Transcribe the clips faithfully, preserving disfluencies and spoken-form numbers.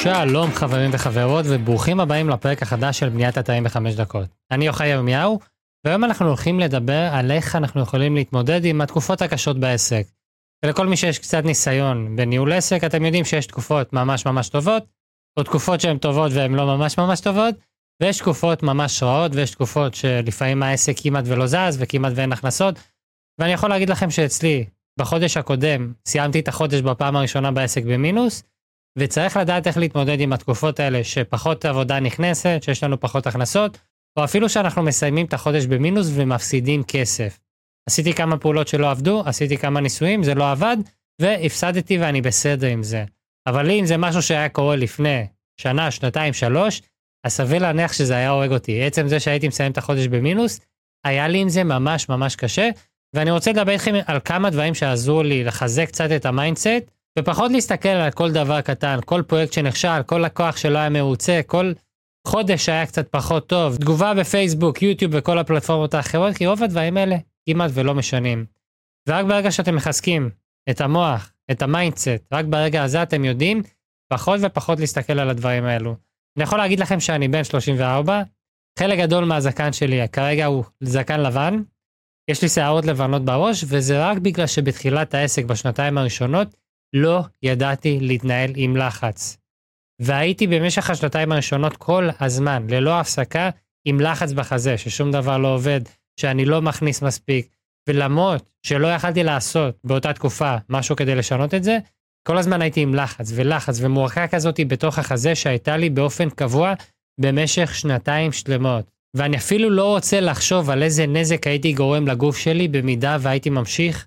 שלום חברים וחברות וברוכים הבאים לפרק החדש של בניית אתרים בחמש דקות. אני יוחאי ירמיהו, והיום אנחנו הולכים לדבר על איך אנחנו יכולים להתמודד עם התקופות הקשות בעסק. ולכל מי שיש קצת ניסיון בניהול עסק, אתם יודעים שיש תקופות ממש ממש טובות, או תקופות שהן טובות והן לא ממש ממש טובות, ויש תקופות ממש רעות, ויש תקופות שלפעמים העסק כמעט ולא זז וכמעט ואין הכנסות. ואני יכול להגיד לכם שאצלי, בחודש הקודם, סיימתי את החודש בפעם הראשונה בעסק במינוס, וצריך לדעת איך להתמודד עם התקופות האלה שפחות עבודה נכנסת, שיש לנו פחות הכנסות, או אפילו שאנחנו מסיימים את החודש במינוס ומפסידים כסף. עשיתי כמה פעולות שלא עבדו, עשיתי כמה ניסויים, זה לא עבד, והפסדתי ואני בסדר עם זה. אבל אם זה משהו שהיה קורה לפני שנה, שנתיים, שלוש, אז סביר להניח שזה היה הורג אותי. עצם זה שהייתי מסיים את החודש במינוס, היה לי עם זה ממש ממש קשה, ואני רוצה לדבר איתכם על כמה דברים שעזרו לי לחזק קצת את המיינדסט, ופחות להסתכל על כל דבר קטן, כל פרויקט שנכשל, כל לקוח שלא היה מרוצה, כל חודש שהיה קצת פחות טוב, תגובה בפייסבוק, יוטיוב וכל הפלטפורמות האחרות, כי רוב הדברים האלה כמעט ולא משנים. ורק ברגע שאתם מחזקים את המוח, את המיינדסט, רק ברגע הזה אתם יודעים פחות ופחות להסתכל על הדברים האלו. אני יכול להגיד לכם שאני בן שלושים וארבע, חלק גדול מהזקן שלי כרגע הוא זקן לבן, יש לי שערות לבנות בראש, וזה רק בגלל שבתחילת העסק בשנתיים הראשונות, לא ידעתי להתנהל עם לחץ. והייתי במשך השנתיים הראשונות כל הזמן, ללא הפסקה, עם לחץ בחזה, ששום דבר לא עובד, שאני לא מכניס מספיק, ולמרות שלא יכלתי לעשות באותה תקופה משהו כדי לשנות את זה, כל הזמן הייתי עם לחץ ולחץ ומורקה כזאת בתוך החזה שהייתה לי באופן קבוע במשך שנתיים שלמות. ואני אפילו לא רוצה לחשוב על איזה נזק הייתי גורם לגוף שלי במידה והייתי ממשיך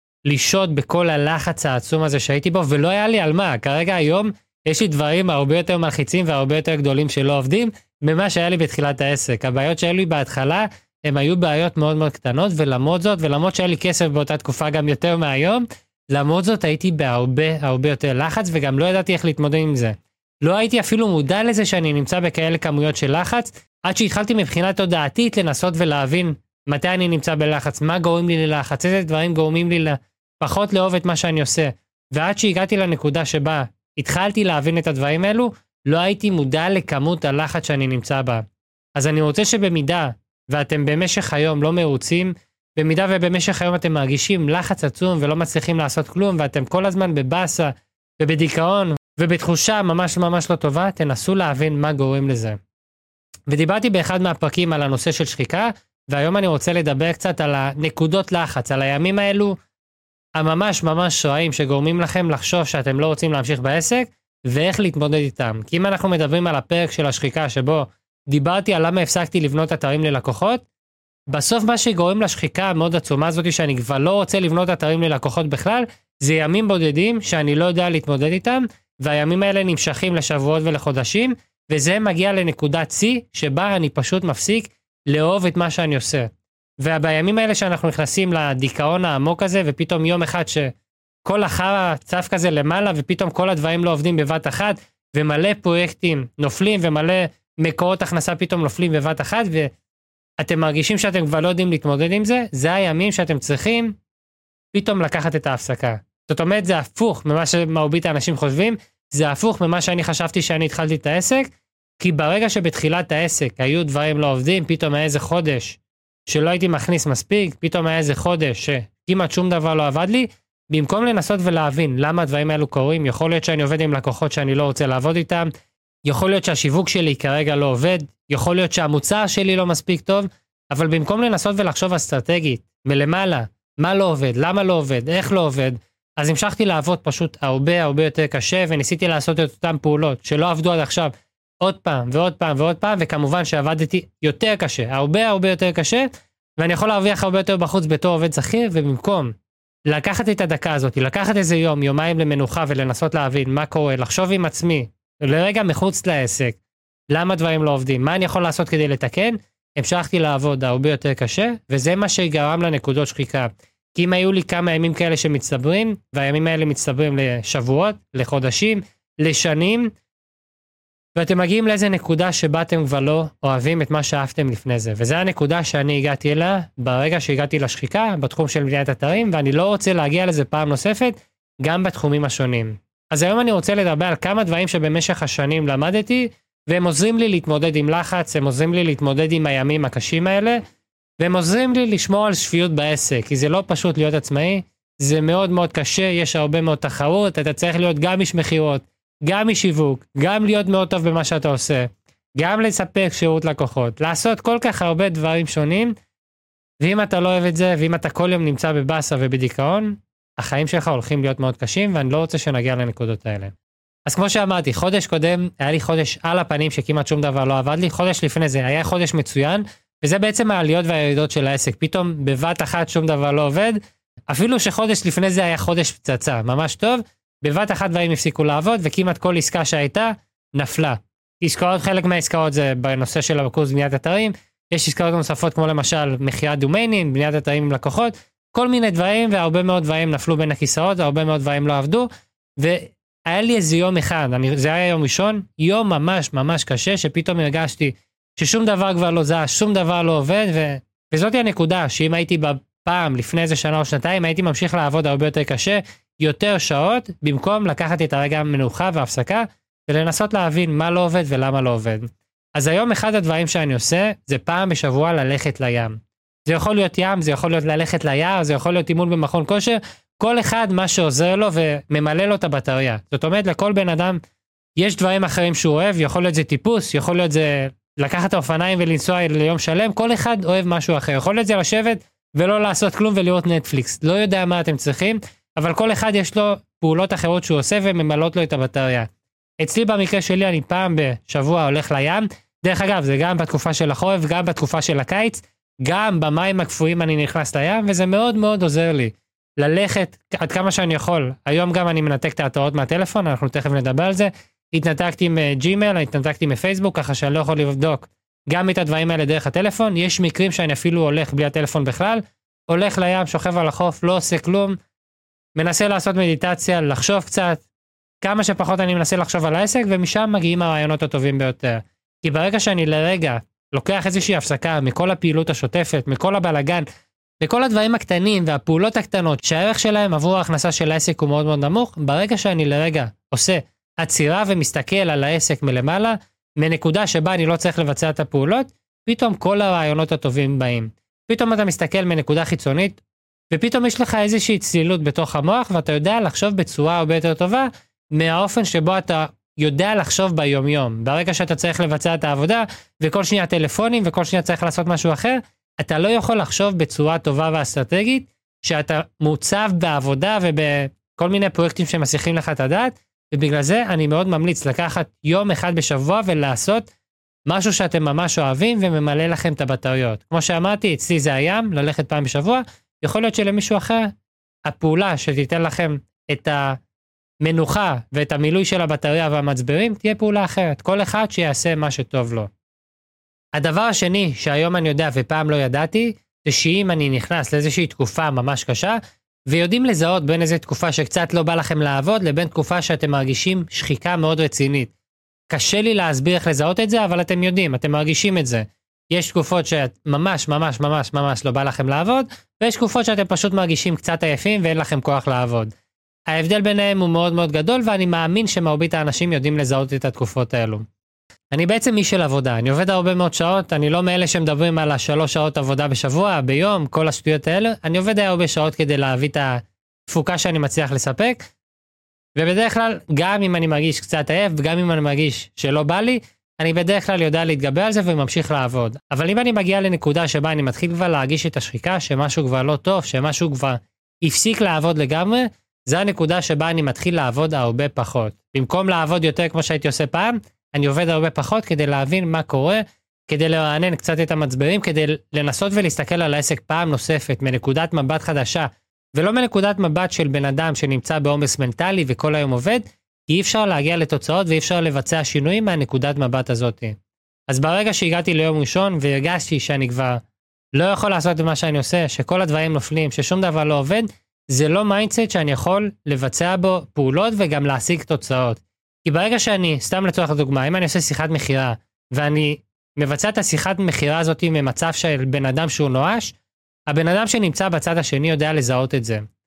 לשוד בכל הלחץ העצום הזה שהייתי בו, ולא היה לי על מה. כרגע היום יש לי דברים הרבה יותר מלחיצים והרבה יותר גדולים שלא עובדים ממה שהיה לי בתחילת העסק. הבעיות שהיו לי בהתחלה הם היו בעיות מאוד מאוד קטנות, ולמרות זאת, ולמרות שהיה לי כסף באותה תקופה גם יותר מהיום, למרות זאת הייתי בהרבה הרבה יותר לחץ וגם לא ידעתי איך להתמודד עם זה. לא הייתי אפילו מודע לזה שאני נמצא בכאלה כמויות של לחץ, עד שהתחלתי מבחינה תודעתית לנסות ולהבין מתי אני נמצא בלחץ, מה גורם לי ללחץ, איזה דברים גורמים לי פחות לאהוב את מה שאני עושה. ועד שהגעתי לנקודה שבה התחלתי להבין את הדברים האלו, לא הייתי מודע לכמות הלחץ שאני נמצא בה. אז אני רוצה שבמידה ואתם במשך היום לא מרוצים, במידה ובמשך היום אתם מרגישים לחץ עצום ולא מצליחים לעשות כלום, ואתם כל הזמן בבאסה ובדיכאון ובתחושה ממש ממש לא טובה, תנסו להבין מה גורם לזה. ודיברתי באחד מהפרקים על הנושא של שחיקה, והיום אני רוצה לדבר קצת על הנקודות לחץ, על הימים האלו הממש ממש רעים שגורמים לכם לחשוב שאתם לא רוצים להמשיך בעסק, ואיך להתמודד איתם. כי אם אנחנו מדברים על הפרק של השחיקה שבו דיברתי על למה הפסקתי לבנות אתרים ללקוחות, בסוף מה שגורם לשחיקה המאוד עצומה הזאת שאני כבר לא רוצה לבנות אתרים ללקוחות בכלל, זה ימים בודדים שאני לא יודע להתמודד איתם, והימים האלה נמשכים לשבועות ולחודשים, וזה מגיע לנקודת C שבה אני פשוט מפסיק לאהוב את מה שאני עושה. ובימים האלה שאנחנו נכנסים לדיכאון העמוק הזה, ופתאום יום אחד שכל החרה צף כזה למעלה, ופתאום כל הדברים לא עובדים בבת אחת, ומלא פרויקטים נופלים, ומלא מקורות הכנסה פתאום נופלים בבת אחת, ואתם מרגישים שאתם כבר לא יודעים להתמודד עם זה, זה הימים שאתם צריכים פתאום לקחת את ההפסקה. זאת אומרת, זה הפוך ממה שמרבית האנשים חושבים, זה הפוך ממה שאני חשבתי שאני התחלתי את העסק, כי ברגע שבתחילת העסק היו דברים לא עובדים, פתאום היה איזה חודש שלא הייתי מכניס מספיק, פתאום היה איזה חודש שכמעט שום דבר לא עבד לי, במקום לנסות ולהבין למה הדברים האלו קורים, יכול להיות שאני עובד עם לקוחות שאני לא רוצה לעבוד איתם, יכול להיות שהשיווק שלי כרגע לא עובד, יכול להיות שהמוצר שלי לא מספיק טוב, אבל במקום לנסות ולחשוב אסטרטגית, מלמעלה, מה לא עובד, למה לא עובד, איך לא עובד, אז המשכתי לעבוד פשוט הרבה הרבה יותר קשה, וניסיתי לעשות את אותן פעולות שלא עבדו עד עכשיו, עוד פעם ועוד פעם ועוד פעם, וכמובן שעבדתי יותר קשה, הרבה הרבה יותר קשה, ואני יכול להרוויח הרבה יותר בחוץ בתור עובד שכיר, ובמקום לקחת את הדקה הזאת, לקחת איזה יום, יומיים למנוחה, ולנסות להבין מה קורה, לחשוב עם עצמי, לרגע מחוץ לעסק, למה דברים לא עובדים, מה אני יכול לעשות כדי לתקן, המשכתי לעבוד הרבה יותר קשה, וזה מה שגרם לנקודות שחיקה. כי אם היו לי כמה ימים כאלה שמצטברים, והימים האלה מצטברים לשבועות, לחודשים, לשנים, ואתם מגיעים לאיזה נקודה שבה אתם כבר לא אוהבים את מה שאהבתם לפני זה. וזה הנקודה שאני הגעתי אליה ברגע שהגעתי לשחיקה בתחום של בניית אתרים, ואני לא רוצה להגיע לזה פעם נוספת, גם בתחומים השונים. אז היום אני רוצה לדבר על כמה דברים שבמשך השנים למדתי, והם עוזרים לי להתמודד עם לחץ, הם עוזרים לי להתמודד עם הימים הקשים האלה, והם עוזרים לי לשמור על שפיות בעסק, כי זה לא פשוט להיות עצמאי, זה מאוד מאוד קשה, יש הרבה מאוד תחרות, אתה צריך להיות גם איש מחירות, גם איש שיווק, גם להיות מאוד טוב במה שאתה עושה, גם לספק שירות לקוחות, לעשות כל כך הרבה דברים שונים, ואם אתה לא אוהב את זה, ואם אתה כל יום נמצא בבאסה ובדיכאון, החיים שלך הולכים להיות מאוד קשים, ואני לא רוצה שנגיע לנקודות האלה. אז כמו שאמרתי, חודש קודם, היה לי חודש על הפנים שכמעט שום דבר לא עבד לי, חודש לפני זה היה חודש מצוין, וזה בעצם העליות והירידות של העסק, פתאום בבת אחת שום דבר לא עובד, אפילו שחודש לפני זה היה חודש פצצה, ממש טוב, בבת אחת דברים הפסיקו לעבוד, וכמעט כל עסקה שהייתה, נפלה. עסקאות, חלק מהעסקאות זה בנושא של הקורס בניית אתרים, יש עסקאות נוספות כמו למשל מחיית דומיינים, בניית אתרים עם לקוחות, כל מיני דברים, והרבה מאוד דברים נפלו בין הכיסאות, הרבה מאוד דברים לא עבדו, והיה לי איזה יום אחד, אני, זה היה יום ראשון, יום ממש ממש קשה, שפתאום הרגשתי ששום דבר כבר לא זז, שום דבר לא עובד, ו... וזאת היא הנקודה, שאם הייתי בפעם, לפני איזה שנה או שנתיים, הייתי ממשיך לעבוד הרבה יותר קשה, יותר שעות, במקום לקחת את הרגע המנוחה וההפסקה, ולנסות להבין מה לא עובד ולמה לא עובד. אז היום אחד הדברים שאני עושה, זה פעם בשבוע ללכת לים. זה יכול להיות ים, זה יכול להיות ללכת ליער, זה יכול להיות אימון במכון כושר, כל אחד מה שעוזר לו וממלא לו את הבטריה. זאת אומרת, לכל בן אדם יש דברים אחרים שהוא אוהב, יכול להיות זה טיפוס, יכול להיות זה לקחת את האופניים ולנסוע ליום שלם, כל אחד אוהב משהו אחר. יכול להיות זה לשבת ולא לעשות כלום ולראות נטפליקס. לא יודע מה אתם צריכים, אבל כל אחד יש לו פעולות אחרות שהוא עושה וממלאות לו את הבטריה. אצלי במקרה שלי אני פעם בשבוע הולך לים, דרך אגב זה גם בתקופה של החורף, גם בתקופה של הקיץ, גם במים הקפואים אני נכנס לים, וזה מאוד מאוד עוזר לי ללכת עד כמה שאני יכול. היום גם אני מנתק את ההתראות מהטלפון, אנחנו תכף נדבר על זה, התנתקתי עם ג'ימייל, התנתקתי מפייסבוק, ככה שאני לא יכול לבדוק גם את הדברים האלה דרך הטלפון, יש מקרים שאני אפילו הולך בלי הטלפון בכלל, הולך לים, שוכב על החוף, לא עושה כלום, מנסה לעשות מדיטציה, לחשוב קצת, כמה שפחות אני מנסה לחשוב על העסק, ומשם מגיעים הרעיונות הטובים ביותר. כי ברגע שאני לרגע לוקח איזושהי הפסקה מכל הפעילות השוטפת, מכל הבלגן, מכל הדברים הקטנים והפעולות הקטנות, שהערך שלהם עבור ההכנסה של העסק הוא מאוד מאוד נמוך, ברגע שאני לרגע עושה עצירה ומסתכל על העסק מלמעלה, מנקודה שבה אני לא צריך לבצע את הפעולות, פתאום כל הרעיונות הטובים באים. פתאום אתה מסתכל מנקודה חיצונית, ופתאום יש לך איזושהי צלילות בתוך המוח, ואתה יודע לחשוב בצורה הרבה יותר טובה, מהאופן שבו אתה יודע לחשוב ביום יום. ברגע שאתה צריך לבצע את העבודה, וכל שנייה טלפונים, וכל שנייה צריך לעשות משהו אחר, אתה לא יכול לחשוב בצורה טובה ואסטרטגית, שאתה מוצב בעבודה ובכל מיני פרויקטים שמסיחים לך את הדעת, ובגלל זה אני מאוד ממליץ לקחת יום אחד בשבוע ולעשות משהו שאתם ממש אוהבים וממלא לכם את הבטריות. כמו שאמרתי, אצלי זה הים, ללכת פעם בשבוע, יכול להיות שלמישהו אחר, הפעולה שתיתן לכם את המנוחה ואת המילוי של הבטריה והמצברים, תהיה פעולה אחרת. כל אחד שיעשה מה שטוב לו. הדבר השני שהיום אני יודע ופעם לא ידעתי, זה שאם אני נכנס לאיזושהי תקופה ממש קשה, ויודעים לזהות בין איזו תקופה שקצת לא בא לכם לעבוד, לבין תקופה שאתם מרגישים שחיקה מאוד רצינית. קשה לי להסביר איך לזהות את זה, אבל אתם יודעים, אתם מרגישים את זה. יש תקופות שממש ממש ממש ממש לא בא לכם לעבוד, ויש תקופות שאתם פשוט מרגישים קצת עייפים ואין לכם כוח לעבוד. ההבדל ביניהם הוא מאוד מאוד גדול, ואני מאמין שמרבית האנשים יודעים לזהות את התקופות האלו. אני בעצם מי של עבודה, אני עובד הרבה מאוד שעות, אני לא מאלה שמדברים על השלוש שעות עבודה בשבוע, ביום, כל השטויות האלה, אני עובד הרבה שעות כדי להביא את התפוקה שאני מצליח לספק, ובדרך כלל, גם אם אני מרגיש קצת עייף, וגם אם אני מרגיש שלא בא לי, אני בדרך כלל יודע להתגבר על זה וממשיך לעבוד. אבל אם אני מגיע לנקודה שבה אני מתחיל כבר להרגיש את השחיקה, שמשהו כבר לא טוב, שמשהו כבר הפסיק לעבוד לגמרי, זה הנקודה שבה אני מתחיל לעבוד הרבה פחות. במקום לעבוד יותר כמו שהייתי עושה פעם, אני עובד הרבה פחות כדי להבין מה קורה, כדי לרענן קצת את המצברים, כדי לנסות ולהסתכל על העסק פעם נוספת, מנקודת מבט חדשה, ולא מנקודת מבט של בן אדם שנמצא בעומס מנטלי וכל היום עובד, כי אי אפשר להגיע לתוצאות ואי אפשר לבצע שינויים מהנקודת מבט הזאת. אז ברגע שהגעתי ליום ראשון והרגשתי שאני כבר לא יכול לעשות את מה שאני עושה, שכל הדברים נופלים, ששום דבר לא עובד, זה לא מיינדסט שאני יכול לבצע בו פעולות וגם להשיג תוצאות. כי ברגע שאני, סתם לצורך הדוגמה, אם אני עושה שיחת מחירה, ואני מבצע את השיחת מחירה הזאת ממצב של בן אדם שהוא נואש, הבן אדם שנמצא בצד השני יודע לזהות את זה.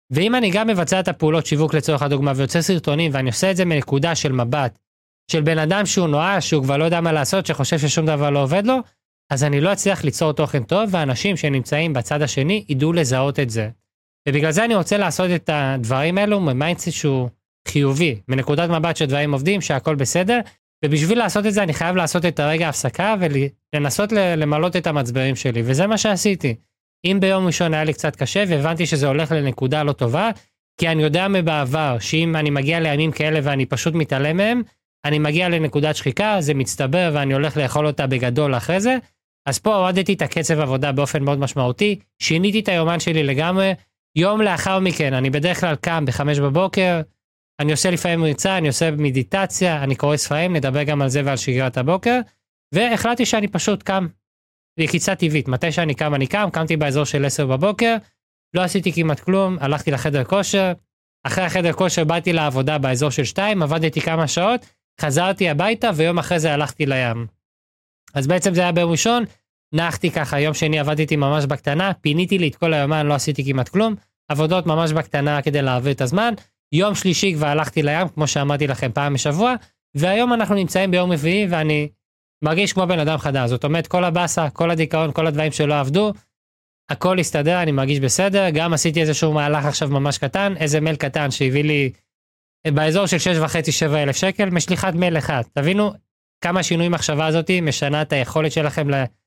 ואם אני גם מבצע את הפעולות שיווק לצורך הדוגמה, ויוצא סרטונים, ואני עושה את זה מנקודה של מבט, של בן אדם שהוא נואש, שהוא כבר לא יודע מה לעשות, שחושב ששום דבר לא עובד לו, אז אני לא אצליח ליצור תוכן טוב, והאנשים שנמצאים בצד השני ידעו לזהות את זה. ובגלל זה אני רוצה לעשות את הדברים האלו, ממיינדסט שהוא חיובי, מנקודת מבט שדברים עובדים, שהכל בסדר, ובשביל לעשות את זה אני חייב לעשות את הרגע הפסקה, ולנסות למלות את המצברים שלי, וזה מה שעשיתי. אם ביום ראשון היה לי קצת קשה, והבנתי שזה הולך לנקודה לא טובה, כי אני יודע מבעבר, שאם אני מגיע לימים כאלה ואני פשוט מתעלם מהם, אני מגיע לנקודת שחיקה, זה מצטבר ואני הולך לאכול אותה בגדול אחרי זה, אז פה הורדתי את הקצב עבודה באופן מאוד משמעותי, שיניתי את היומן שלי לגמרי, יום לאחר מכן, אני בדרך כלל קם בחמש בבוקר, אני עושה לפעמים ריצה, אני עושה מדיטציה, אני קורא ספרים, נדבר גם על זה ועל שגרת הבוקר, והחלטתי שאני פשוט קם, בקיצה טבעית, מתי שאני קם אני קם, קמתי באזור של עשר בבוקר, לא עשיתי כמעט כלום, הלכתי לחדר כושר, אחרי החדר כושר באתי לעבודה באזור של שתיים, עבדתי כמה שעות, חזרתי הביתה ויום אחרי זה הלכתי לים. אז בעצם זה היה ביום ראשון, נחתי ככה, יום שני עבדתי ממש בקטנה, פיניתי לי את כל היומן, לא עשיתי כמעט כלום, עבודות ממש בקטנה כדי להעביר את הזמן, יום שלישי כבר הלכתי לים, כמו שאמרתי לכם פעם בשבוע, והיום אנחנו נמצאים ביום רביעי ואני מרגיש כמו בן אדם חדש, זאת אומרת כל הבאסה, כל הדיכאון, כל הדברים שלא עבדו, הכל הסתדר, אני מרגיש בסדר, גם עשיתי איזשהו מהלך עכשיו ממש קטן, איזה מייל קטן שהביא לי באזור של שש וחצי שבע אלף שקל, משליחת מייל אחד, תבינו כמה שינוי מחשבה הזאת משנה את היכולת שלכם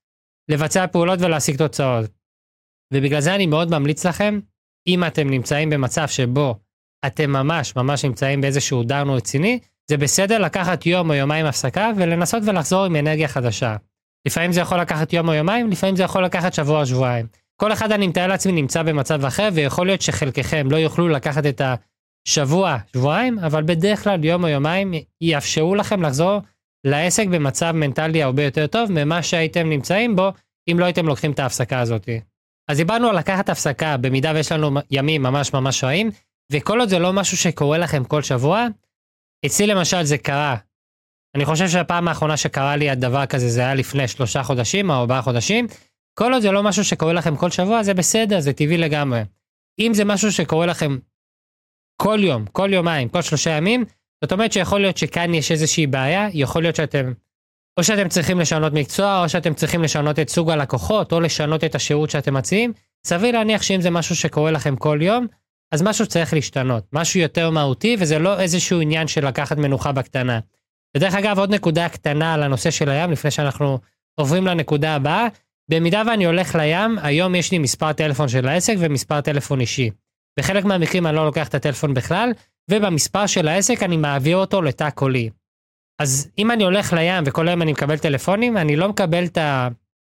לבצע פעולות ולהשיג תוצאות. ובגלל זה אני מאוד ממליץ לכם, אם אתם נמצאים במצב שבו אתם ממש ממש נמצאים באיזשהו דאון רציני, זה בסדר לקחת יום או יומיים הפסקה ולנסות ולחזור עם אנרגיה חדשה. לפעמים זה יכול לקחת יום או יומיים, לפעמים זה יכול לקחת שבוע או שבועיים. כל אחד אני מתאר לעצמי נמצא במצב אחר, ויכול להיות שחלקכם לא יוכלו לקחת את השבוע, שבועיים, אבל בדרך כלל יום או יומיים יאפשרו לכם לחזור לעסק במצב מנטלי הרבה יותר טוב ממה שהייתם נמצאים בו, אם לא הייתם לוקחים את ההפסקה הזאת. אז דיברנו על לקחת הפסקה, במידה ויש לנו ימים ממש ממש רעים, וכל עוד זה לא משהו שקורה לכם כל שבוע, אצלי למשל זה קרה. אני חושב שהפעם האחרונה שקרה לי הדבר כזה, זה היה לפני שלושה חודשים או ארבעה חודשים, כל עוד זה לא משהו שקורה לכם כל שבוע, זה בסדר, זה טבעי לגמרי. אם זה משהו שקורה לכם כל יום, כל יומיים, כל שלושה ימים, זאת אומרת שיכול להיות שכאן יש איזושהי בעיה, יכול להיות שאתם, או שאתם צריכים לשנות מקצוע, או שאתם צריכים לשנות את סוג הלקוחות, או לשנות את השירות שאתם מציעים, סביר להניח שאם זה משהו שקורה לכם כל יום, אז משהו צריך להשתנות, משהו יותר מהותי, וזה לא איזשהו עניין של לקחת מנוחה בקטנה. ודרך אגב, עוד נקודה קטנה על הנושא של הים, לפני שאנחנו עוברים לנקודה הבאה, במידה ואני הולך לים, היום יש לי מספר טלפון של העסק ומספר טלפון אישי. בחלק מהמקרים אני לא לוקח את הטלפון בכלל, ובמספר של העסק אני מעביר אותו לתא קולי. אז אם אני הולך לים וכל היום אני מקבל טלפונים, אני לא מקבל את, ה...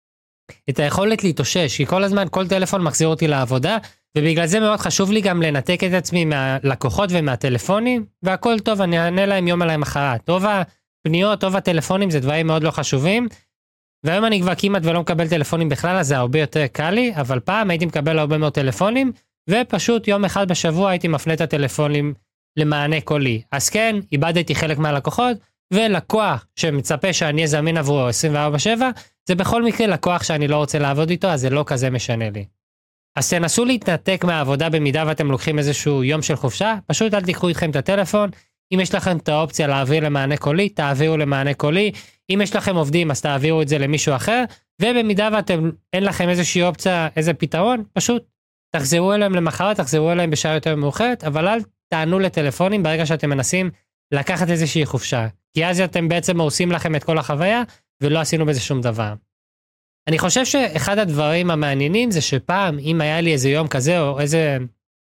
את היכולת להתאושש, כי כל הזמן כל טלפון מחזיר אותי לעבודה, ובגלל זה מאוד חשוב לי גם לנתק את עצמי מהלקוחות ומהטלפונים, והכל טוב, אני אענה להם יום עליהם אחרת. טוב הפניות, טוב הטלפונים, זה דברים מאוד לא חשובים, והיום אני כבר כמעט ולא מקבל טלפונים בכלל, אז זה הרבה יותר קל לי, אבל פעם הייתי מקבל הרבה מאוד טלפונים, ופשוט יום אחד בשבוע הייתי מפנה את הטלפונים למענה קולי. אז כן, איבדתי חלק מהלקוחות, ולקוח שמצפה שאני אזמין עבורו עשרים וארבע שבע, זה בכל מקרה לקוח שאני לא רוצה לעבוד איתו, אז זה לא כזה משנה לי. אז תנסו להתנתק מהעבודה במידה ואתם לוקחים איזשהו יום של חופשה, פשוט אל תיקחו איתכם את הטלפון, אם יש לכם את האופציה להעביר למענה קולי, תעבירו למענה קולי, אם יש לכם עובדים אז תעבירו את זה למישהו אחר, ובמידה ואתם אין לכם איזושהי אופציה, איזה פתרון, פשוט תחזרו אליהם למחרת, תחזרו אליהם בשעה יותר מאוחרת, אבל אל תענו לטלפונים ברגע שאתם מנסים לקחת איזושהי חופשה, כי אז אתם בעצם עושים לכם את כל החוויה, ולא עשינו בזה שום דבר. אני חושב שאחד הדברים המעניינים זה שפעם, אם היה לי איזה יום כזה, או איזה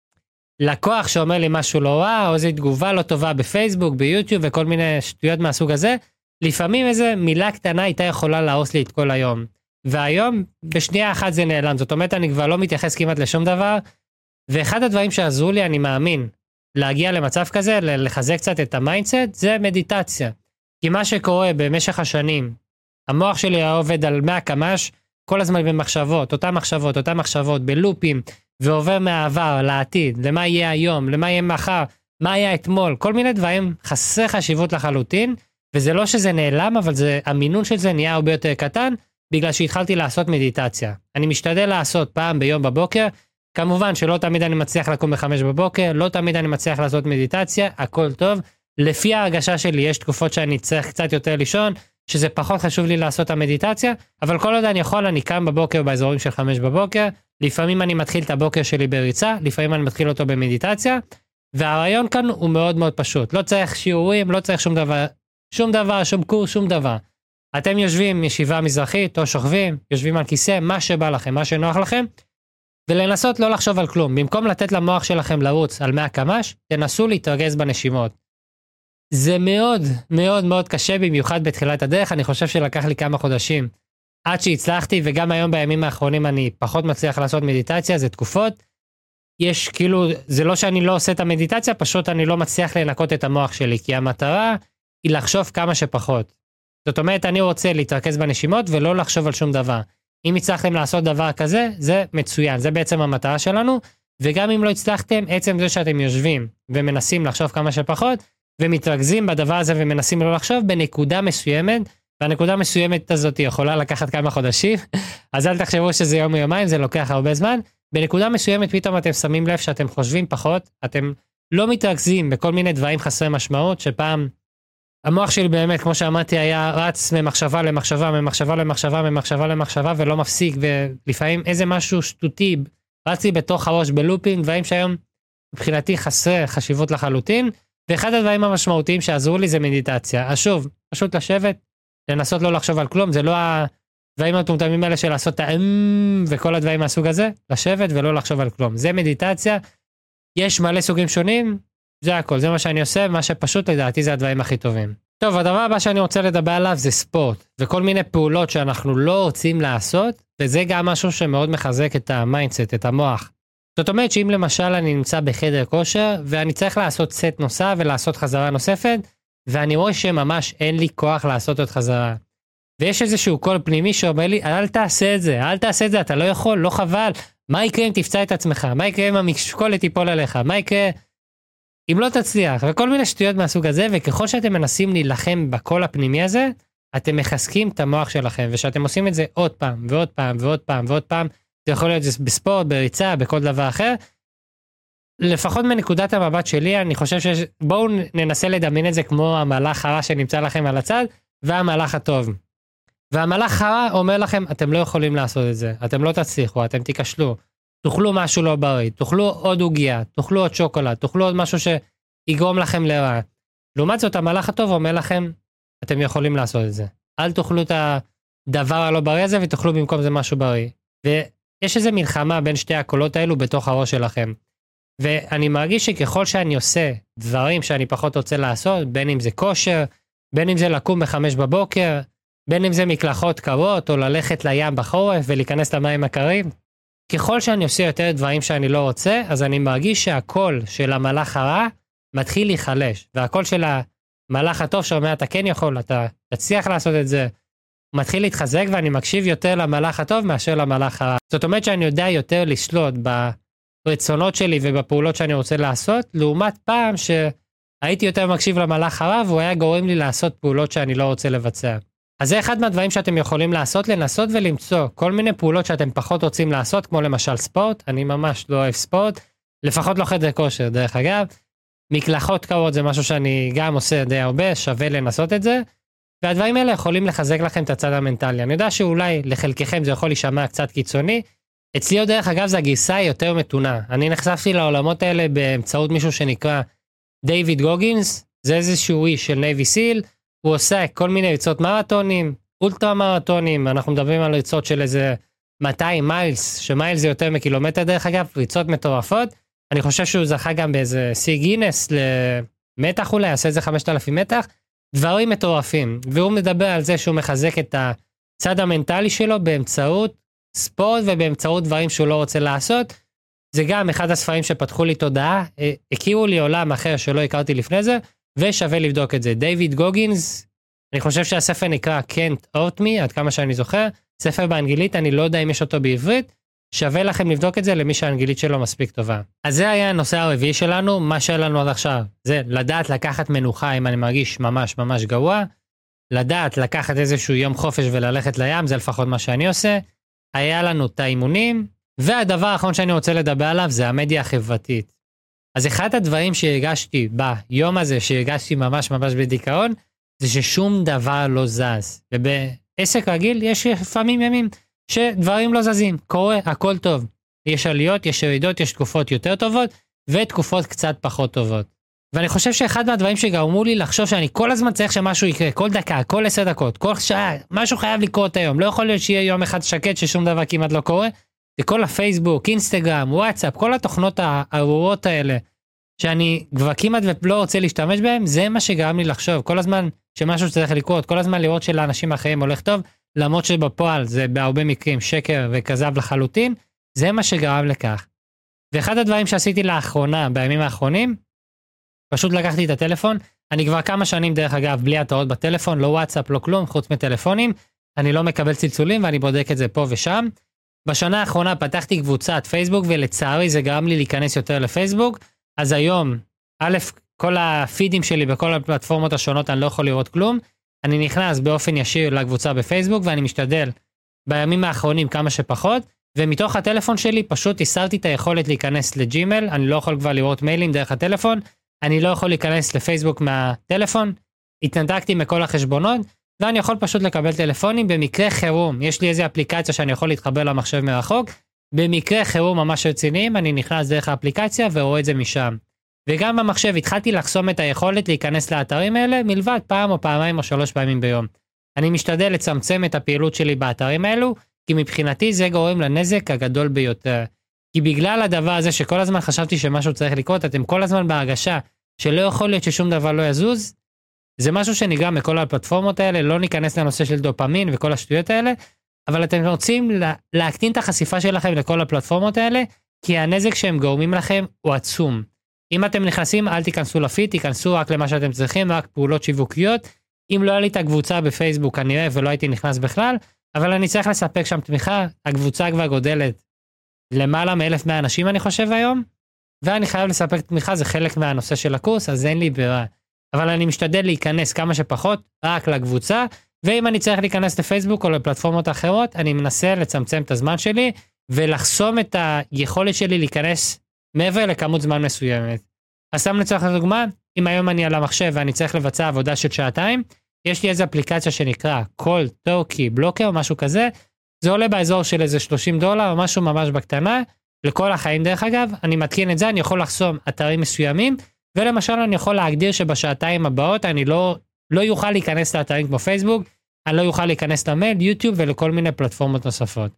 לקוח שאומר לי משהו לא רע, או איזו תגובה לא טובה בפייסבוק, ביוטיוב, וכל מיני שטויות מהסוג הזה, לפעמים איזה מילה קטנה הייתה יכולה להרוס לי את כל היום. והיום, בשנייה אחת זה נעלם, זאת אומרת, אני כבר לא מתייחס כמעט לשום דבר, ואחד הדברים שעזרו לי, אני מאמין, להגיע למצב כזה, לחזק קצת את המיינדסט, זה מדיטציה. כי מה שקורה במשך השנים, המוח שלי היה עובד על מאה קמ"ש, כל הזמן במחשבות, אותן מחשבות, אותן מחשבות, בלופים, ועובר מהעבר לעתיד, למה יהיה היום, למה יהיה מחר, מה היה אתמול, כל מיני דברים חסר חשיבות לחלוטין, וזה לא שזה נעלם, אבל זה, המינון של זה נהיה הרבה יותר קטן, בגלל שהתחלתי לעשות מדיטציה. אני משתדל לעשות פעם ביום בבוקר, כמובן שלא תמיד אני מצליח לקום בחמש בבוקר, לא תמיד אני מצליח לעשות מדיטציה, הכל טוב. לפי ההרגשה שלי יש תקופות שאני צריך קצת יותר לישון, שזה פחות חשוב לי לעשות המדיטציה, אבל כל עוד אני יכול, אני קם בבוקר באזורים של חמש בבוקר, לפעמים אני מתחיל את הבוקר שלי בריצה, לפעמים אני מתחיל אותו במדיטציה, והרעיון כאן הוא מאוד מאוד פשוט, לא צריך שיעורים, לא צריך שום דבר, שום דבר, שום קורס, שום דבר. אתם יושבים ישיבה מזרחית או שוכבים, יושבים על כיסא, מה שבא לכם, מה שנוח לכם, ולנסות לא לחשוב על כלום. במקום לתת למוח שלכם לרוץ על מאה קמ"ש, תנסו להתרכז בנשימות. זה מאוד מאוד מאוד קשה, במיוחד בתחילת הדרך, אני חושב שלקח לי כמה חודשים עד שהצלחתי, וגם היום בימים האחרונים אני פחות מצליח לעשות מדיטציה, זה תקופות. יש כאילו, זה לא שאני לא עושה את המדיטציה, פשוט אני לא מצליח לנקות את המוח שלי, כי המטרה היא לחשוב כמה שפחות. זאת אומרת, אני רוצה להתרכז בנשימות ולא לחשוב על שום דבר. אם הצלחתם לעשות דבר כזה, זה מצוין, זה בעצם המטרה שלנו, וגם אם לא הצלחתם, עצם זה שאתם יושבים ומנסים לחשוב כמה שפחות, ומתרכזים בדבר הזה ומנסים לא לחשוב בנקודה מסוימת, והנקודה מסוימת הזאת יכולה לקחת כמה חודשים, אז אל תחשבו שזה יום או יומיים, זה לוקח הרבה זמן. בנקודה מסוימת פתאום אתם שמים לב שאתם חושבים פחות, אתם לא מתרכזים בכל מיני דברים חסרי משמעות, שפעם המוח שלי באמת, כמו שאמרתי, היה רץ ממחשבה למחשבה, ממחשבה למחשבה, ממחשבה למחשבה, ולא מפסיק, ולפעמים איזה משהו שטותי, רצתי בתוך הראש בלופים, דברים שהיום מבחינתי חסרי חשיבות לחלוטין, ואחד הדברים המשמעותיים שעזרו לי זה מדיטציה. אז שוב, פשוט לשבת, לנסות לא לחשוב על כלום, זה לא הדברים המטומטמים האלה של לעשות את האם וכל הדברים מהסוג הזה, לשבת ולא לחשוב על כלום. זה מדיטציה, יש מלא סוגים שונים, זה הכל, זה מה שאני עושה, מה שפשוט לדעתי זה הדברים הכי טובים. טוב, הדבר הבא שאני רוצה לדבר עליו זה ספורט, וכל מיני פעולות שאנחנו לא רוצים לעשות, וזה גם משהו שמאוד מחזק את המיינדסט, את המוח. זאת אומרת שאם למשל אני נמצא בחדר כושר, ואני צריך לעשות סט נוסף ולעשות חזרה נוספת, ואני רואה שממש אין לי כוח לעשות עוד חזרה. ויש איזשהו קול פנימי שאומר לי, אל תעשה את זה, אל תעשה את זה, אתה לא יכול, לא חבל. מה יקרה אם תפצע את עצמך? מה יקרה אם המשקולת תיפול עליך? מה יקרה אם לא תצליח? וכל מיני שטויות מהסוג הזה, וככל שאתם מנסים להילחם בקול הפנימי הזה, אתם מחזקים את המוח שלכם, ושאתם עושים את זה עוד פעם, ועוד פעם, ועוד פעם, ועוד פעם, זה יכול להיות בספורט, בריצה, בכל דבר אחר. לפחות מנקודת המבט שלי, אני חושב שיש, בואו ננסה לדמיין את זה כמו המהלך הרע שנמצא לכם על הצד, והמהלך הטוב. והמהלך הרע אומר לכם, אתם לא יכולים לעשות את זה, אתם לא תצליחו, אתם תיכשלו, תאכלו משהו לא בריא, תאכלו עוד עוגיה, תאכלו עוד שוקולד, תאכלו עוד משהו שיגרום לכם לרע. לעומת זאת, המהלך הטוב אומר לכם, אתם יכולים לעשות את זה. אל תאכלו את הדבר הלא בריא הזה, ותאכלו במקום זה משהו בריא. ויש איזו מלחמה בין שתי הקולות האלו בתוך הראש שלכם. ואני מרגיש שככל שאני עושה דברים שאני פחות רוצה לעשות, בין אם זה כושר, בין אם זה לקום בחמש בבוקר, בין אם זה מקלחות קרות, או ללכת לים בחורף ולהיכנס למים הקרים, ככל שאני עושה יותר דברים שאני לא רוצה, אז אני מרגיש שהקול של המהלך הרע מתחיל להיחלש, והקול של המהלך הטוב שאומר אתה כן יכול, אתה תצליח לעשות את זה, מתחיל להתחזק, ואני מקשיב יותר למהלך הטוב מאשר למהלך הרע. זאת אומרת שאני יודע יותר לשלוט ברצונות שלי ובפעולות שאני רוצה לעשות, לעומת פעם שהייתי יותר מקשיב למהלך הרע, והוא היה גורם לי לעשות פעולות שאני לא רוצה לבצע. אז זה אחד מהדברים שאתם יכולים לעשות, לנסות ולמצוא כל מיני פעולות שאתם פחות רוצים לעשות, כמו למשל ספורט, אני ממש לא אוהב ספורט, לפחות לא חדר כושר, דרך אגב, מקלחות קרות זה משהו שאני גם עושה די הרבה, שווה לנסות את זה, והדברים האלה יכולים לחזק לכם את הצד המנטלי. אני יודע שאולי לחלקכם זה יכול להישמע קצת קיצוני, אצלי עוד דרך אגב זה הגרסה יותר מתונה, אני נחשפתי לעולמות האלה באמצעות מישהו שנקרא דיוויד גוגינס, זה איזשהו איש של נייבי סיל, הוא עושה כל מיני ריצות מרתונים, אולטרה מרתונים, אנחנו מדברים על ריצות של איזה מאתיים מיילס, שמיילס זה יותר מקילומטר דרך אגב, ריצות מטורפות, אני חושב שהוא זכה גם באיזה סי גינס למתח אולי, עושה איזה חמשת אלפים מתח, דברים מטורפים, והוא מדבר על זה שהוא מחזק את הצד המנטלי שלו באמצעות ספורט ובאמצעות דברים שהוא לא רוצה לעשות, זה גם אחד הספרים שפתחו לי תודעה, הכירו לי עולם אחר שלא הכרתי לפני זה, ושווה לבדוק את זה. דיוויד גוגינס, אני חושב שהספר נקרא Can't Hurt Me, עד כמה שאני זוכר, ספר באנגלית, אני לא יודע אם יש אותו בעברית, שווה לכם לבדוק את זה למי שהאנגלית שלו מספיק טובה. אז זה היה הנושא הרביעי שלנו, מה שלנו עד עכשיו, זה לדעת לקחת מנוחה אם אני מרגיש ממש ממש גרוע, לדעת לקחת איזשהו יום חופש וללכת לים, זה לפחות מה שאני עושה, היה לנו את האימונים, והדבר האחרון שאני רוצה לדבר עליו זה המדיה החברתית. אז אחד הדברים שהרגשתי ביום הזה, שהרגשתי ממש ממש בדיכאון, זה ששום דבר לא זז. ובעסק רגיל יש לפעמים ימים שדברים לא זזים, קורה, הכל טוב. יש עליות, יש ירידות, יש תקופות יותר טובות, ותקופות קצת פחות טובות. ואני חושב שאחד מהדברים שגרמו לי לחשוב שאני כל הזמן צריך שמשהו יקרה, כל דקה, כל עשר דקות, כל שעה, משהו חייב לקרות היום. לא יכול להיות שיהיה יום אחד שקט ששום דבר כמעט לא קורה. זה כל הפייסבוק, אינסטגרם, וואטסאפ, כל התוכנות הארורות האלה, שאני כבר כמעט ולא רוצה להשתמש בהם, זה מה שגרם לי לחשוב. כל הזמן שמשהו צריך לקרות, כל הזמן לראות שלאנשים אחרים הולך טוב, למרות שבפועל זה בהרבה מקרים שקר וכזב לחלוטין, זה מה שגרם לכך. ואחד הדברים שעשיתי לאחרונה, בימים האחרונים, פשוט לקחתי את הטלפון, אני כבר כמה שנים דרך אגב, בלי התראות בטלפון, לא וואטסאפ, לא כלום, חוץ מטלפונים, אני לא מקבל צלצולים ואני בודק את זה פה ושם. בשנה האחרונה פתחתי קבוצת פייסבוק, ולצערי זה גרם לי להיכנס יותר לפייסבוק, אז היום, א', כל הפידים שלי בכל הפלטפורמות השונות, אני לא יכול לראות כלום, אני נכנס באופן ישיר לקבוצה בפייסבוק, ואני משתדל בימים האחרונים כמה שפחות, ומתוך הטלפון שלי פשוט הסרתי את היכולת להיכנס לג'ימל, אני לא יכול כבר לראות מיילים דרך הטלפון, אני לא יכול להיכנס לפייסבוק מהטלפון, התנתקתי מכל החשבונות, ואני יכול פשוט לקבל טלפונים במקרה חירום, יש לי איזו אפליקציה שאני יכול להתחבר למחשב מרחוק, במקרה חירום ממש רציניים, אני נכנס דרך האפליקציה ורואה את זה משם. וגם במחשב התחלתי לחסום את היכולת להיכנס לאתרים האלה, מלבד פעם או פעמיים או שלוש פעמים ביום. אני משתדל לצמצם את הפעילות שלי באתרים האלו, כי מבחינתי זה גורם לנזק הגדול ביותר. כי בגלל הדבר הזה שכל הזמן חשבתי שמשהו צריך לקרות, אתם כל הזמן בהרגשה שלא יכול להיות ששום דבר לא יזוז, זה משהו שנגרם מכל הפלטפורמות האלה, לא ניכנס לנושא של דופמין וכל השטויות האלה, אבל אתם רוצים לה, להקטין את החשיפה שלכם לכל הפלטפורמות האלה, כי הנזק שהם גורמים לכם הוא עצום. אם אתם נכנסים, אל תיכנסו לפיד, תיכנסו רק למה שאתם צריכים, רק פעולות שיווקיות. אם לא היה לי את הקבוצה בפייסבוק, כנראה ולא הייתי נכנס בכלל, אבל אני צריך לספק שם תמיכה, הקבוצה כבר גודלת למעלה מ-אלף ומאה אנשים אני חושב היום, ואני חייב לספק תמיכה, זה חלק מהנושא של הקורס, אז אין לי ברירה. אבל אני משתדל להיכנס כמה שפחות רק לקבוצה, ואם אני צריך להיכנס לפייסבוק או לפלטפורמות אחרות, אני מנסה לצמצם את הזמן שלי, ולחסום את היכולת שלי להיכנס מעבר לכמות זמן מסוימת. אז שם לצורך לדוגמה, אם היום אני על המחשב ואני צריך לבצע עבודה של שעתיים, יש לי איזו אפליקציה שנקרא Cold Turkey Blocker או משהו כזה, זה עולה באזור של איזה שלושים דולר או משהו ממש בקטנה, לכל החיים דרך אגב, אני מתקין את זה, אני יכול לחסום אתרים מסוימים, ולמשל אני יכול להגדיר שבשעתיים הבאות אני לא, לא יוכל להיכנס לאתרים כמו פייסבוק, אני לא יוכל להיכנס למייל, יוטיוב ולכל מיני פלטפורמות נוספות.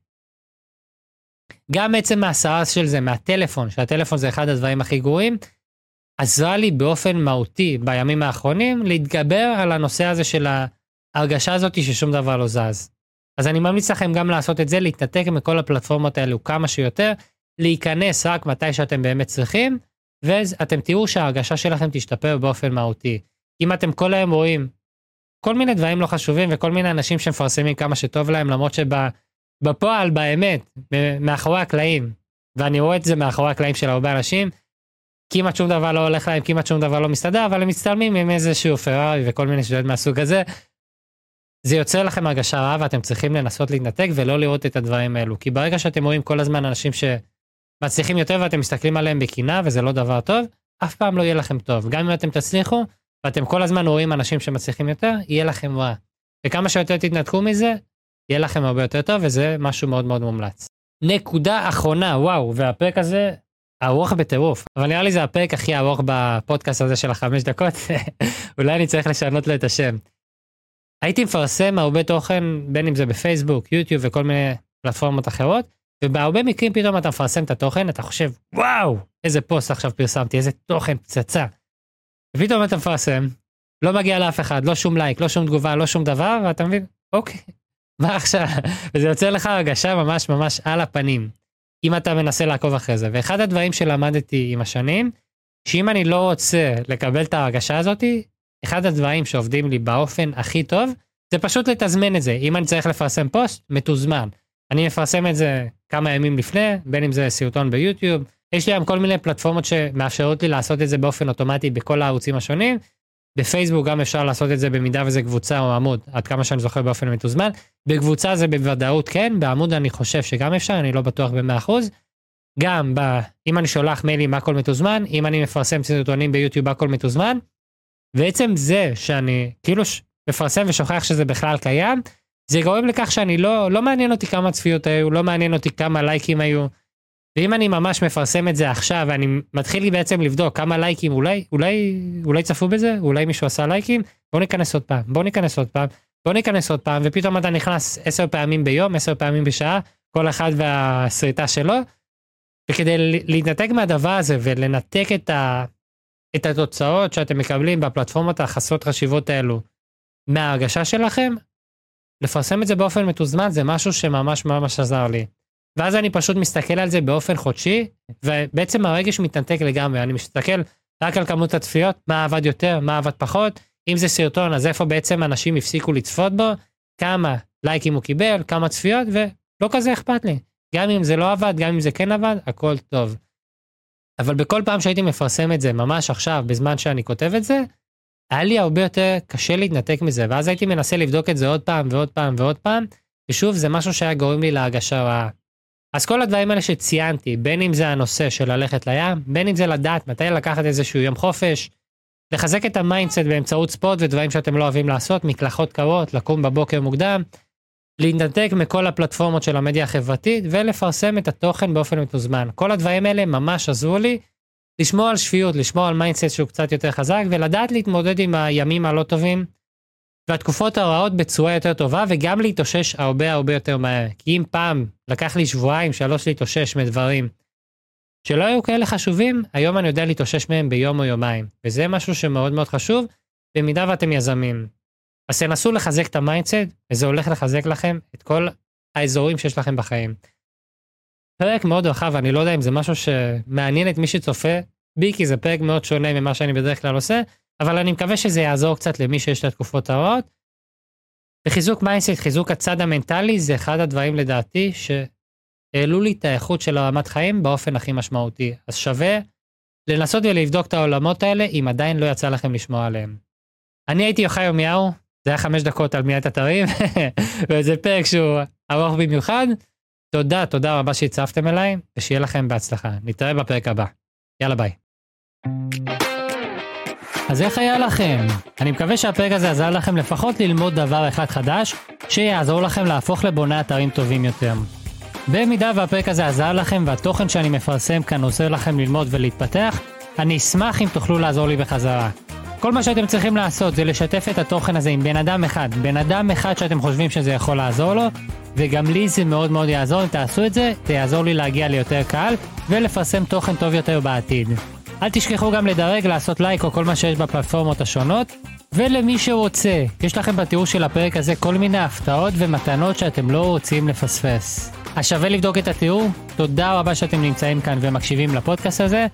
גם בעצם מהסרה של זה, מהטלפון, שהטלפון זה אחד הדברים הכי גרועים, עזרה לי באופן מהותי בימים האחרונים להתגבר על הנושא הזה של ההרגשה הזאת ששום דבר לא זז. אז אני ממליץ לכם גם לעשות את זה, להתנתק מכל הפלטפורמות האלו כמה שיותר, להיכנס רק מתי שאתם באמת צריכים, ואתם תראו שההרגשה שלכם תשתפר באופן מהותי. אם אתם כל היום רואים כל מיני דברים לא חשובים, וכל מיני אנשים שמפרסמים כמה שטוב להם, למרות שבפועל, באמת, מאחורי הקלעים, ואני רואה את זה מאחורי הקלעים של הרבה אנשים, כמעט שום דבר לא הולך להם, כמעט שום דבר לא מסתדר, אבל הם מצטלמים עם איזשהו פרארי וכל מיני שטויות מהסוג הזה, זה יוצר לכם הרגשה רעה, ואתם צריכים לנסות להתנתק ולא לראות את הדברים האלו, כי ברגע שאתם רואים כל הזמן אנשים שמצליחים יותר ואתם מסתכלים עליהם בקינה, וזה לא דבר טוב, אף פעם לא יהיה לכם טוב. גם אם אתם תצליחו, ואתם כל הזמן רואים אנשים שמצליחים יותר, יהיה לכם רע. וכמה שיותר תתנתקו מזה, יהיה לכם הרבה יותר טוב, וזה משהו מאוד מאוד מומלץ. נקודה אחרונה, וואו, והפרק הזה ארוך בטירוף, אבל נראה לי זה הפרק הכי ארוך בפודקאסט הזה של החמש דקות, אולי אני צריך לשנות לו את השם. הייתי מפרסם הרבה תוכן, בין אם זה בפייסבוק, יוטיוב וכל מיני פלטפורמות אחרות, ובהרבה מקרים פתאום אתה מפרסם את התוכן, אתה חושב, וואו, איזה פוסט עכשיו פרסמתי, איזה תוכן פצצה. ופתאום אתה מפרסם, לא מגיע לאף אחד, לא שום לייק, לא שום תגובה, לא שום דבר, ואתה מבין, אוקיי, מה עכשיו? וזה יוצר לך הרגשה ממש ממש על הפנים, אם אתה מנסה לעקוב אחרי זה. ואחד הדברים שלמדתי עם השנים, שאם אני לא רוצה לקבל את ההרגשה הזאת, אחד הדברים שעובדים לי באופן הכי טוב, זה פשוט לתזמן את זה. אם אני צריך לפרסם פוסט, מתוזמן. אני מפרסם את זה כמה ימים לפני, בין אם זה סרטון ביוטיוב, יש לי גם כל מיני פלטפורמות שמאפשרות לי לעשות את זה באופן אוטומטי בכל הערוצים השונים, בפייסבוק גם אפשר לעשות את זה במידה וזה קבוצה או עמוד, עד כמה שאני זוכר באופן מתוזמן. בקבוצה זה בוודאות כן, בעמוד אני חושב שגם אפשר, אני לא בטוח ב-מאה אחוז. גם ב, אם אני שולח מיילים הכל מתוזמן, אם אני מפרסם סרטונים ביוטיוב הכל מתוזמן, בעצם זה שאני כאילו מפרסם ושוכח שזה בכלל קיים, זה גורם לכך שאני לא, לא מעניין אותי כמה צפיות היו, לא מעניין אותי כמה לייקים היו, ואם אני ממש מפרסם את זה עכשיו, ואני מתחיל לי בעצם לבדוק כמה לייקים, אולי, אולי, אולי צפו בזה, אולי מישהו עשה לייקים, בוא ניכנס עוד פעם, בוא ניכנס עוד פעם, בוא ניכנס עוד פעם, ופתאום אתה נכנס עשר פעמים ביום, עשר פעמים בשעה, כל אחד והסריטה שלו, וכדי להתנתק מהדבר הזה, ולנתק את, ה, את התוצאות שאתם מקבלים בפלטפורמות החסות חשיבות האלו, מההרגשה שלכם, לפרסם את זה באופן מתוזמן, זה משהו שממש ממש עזר לי. ואז אני פשוט מסתכל על זה באופן חודשי, ובעצם הרגש מתנתק לגמרי, אני מסתכל רק על כמות הצפיות, מה עבד יותר, מה עבד פחות, אם זה סרטון, אז איפה בעצם אנשים הפסיקו לצפות בו, כמה לייקים הוא קיבל, כמה צפיות, ולא כזה אכפת לי. גם אם זה לא עבד, גם אם זה כן עבד, הכל טוב. אבל בכל פעם שהייתי מפרסם את זה, ממש עכשיו, בזמן שאני כותב את זה, היה לי הרבה יותר קשה להתנתק מזה, ואז הייתי מנסה לבדוק את זה עוד פעם ועוד פעם ועוד פעם, ושוב, זה משהו שהיה גורם לי להרגשה רעה. אז כל הדברים האלה שציינתי, בין אם זה הנושא של ללכת לים, בין אם זה לדעת מתי לקחת איזשהו יום חופש, לחזק את המיינדסט באמצעות ספורט ודברים שאתם לא אוהבים לעשות, מקלחות קרות, לקום בבוקר מוקדם, להתנתק מכל הפלטפורמות של המדיה החברתית, ולפרסם את התוכן באופן מתוזמן. כל הדברים האלה ממש עזרו לי, לשמור על שפיות, לשמור על מיינדסט שהוא קצת יותר חזק, ולדעת להתמודד עם הימים הלא טובים, והתקופות הרעות בצורה יותר טובה, וגם להתאושש הרבה הרבה יותר מהר. כי אם פעם לקח לי שבועיים, שלוש להתאושש מדברים שלא היו כאלה חשובים, היום אני יודע להתאושש מהם ביום או יומיים. וזה משהו שמאוד מאוד חשוב, במידה ואתם יזמים. אז תנסו לחזק את המיינדסט, וזה הולך לחזק לכם את כל האזורים שיש לכם בחיים. פרק מאוד רחב, אני לא יודע אם זה משהו שמעניין את מי שצופה בי, כי זה פרק מאוד שונה ממה שאני בדרך כלל עושה, אבל אני מקווה שזה יעזור קצת למי שיש את התקופות הרעות. וחיזוק מיינדסט, חיזוק הצד המנטלי, זה אחד הדברים לדעתי שהעלו לי את האיכות של הרמת חיים באופן הכי משמעותי. אז שווה לנסות ולבדוק את העולמות האלה, אם עדיין לא יצא לכם לשמוע עליהם. אני הייתי יוחאי ירמיהו, זה היה חמש דקות על בניית אתרים, וזה פרק שהוא ארוך במיוחד. תודה, תודה רבה שהצטרפתם אליי, ושיהיה לכם בהצלחה. נתראה בפרק הבא. יאללה ביי. אז איך היה לכם? אני מקווה שהפרק הזה עזר לכם לפחות ללמוד דבר אחד חדש, שיעזור לכם להפוך לבוני אתרים טובים יותר. במידה והפרק הזה עזר לכם והתוכן שאני מפרסם כאן עוזר לכם ללמוד ולהתפתח, אני אשמח אם תוכלו לעזור לי בחזרה. כל מה שאתם צריכים לעשות זה לשתף את התוכן הזה עם בן אדם אחד, בן אדם אחד שאתם חושבים שזה יכול לעזור לו, וגם לי זה מאוד מאוד יעזור, אם תעשו את זה, זה יעזור לי להגיע ליותר קהל, ולפרסם תוכן טוב יותר בעתיד. אל תשכחו גם לדרג, לעשות לייק או כל מה שיש בפלטפורמות השונות, ולמי שרוצה, יש לכם בתיאור של הפרק הזה כל מיני הפתעות ומתנות שאתם לא רוצים לפספס. אז שווה לבדוק את התיאור, תודה רבה שאתם נמצאים כאן ומקשיבים לפודקאסט הזה,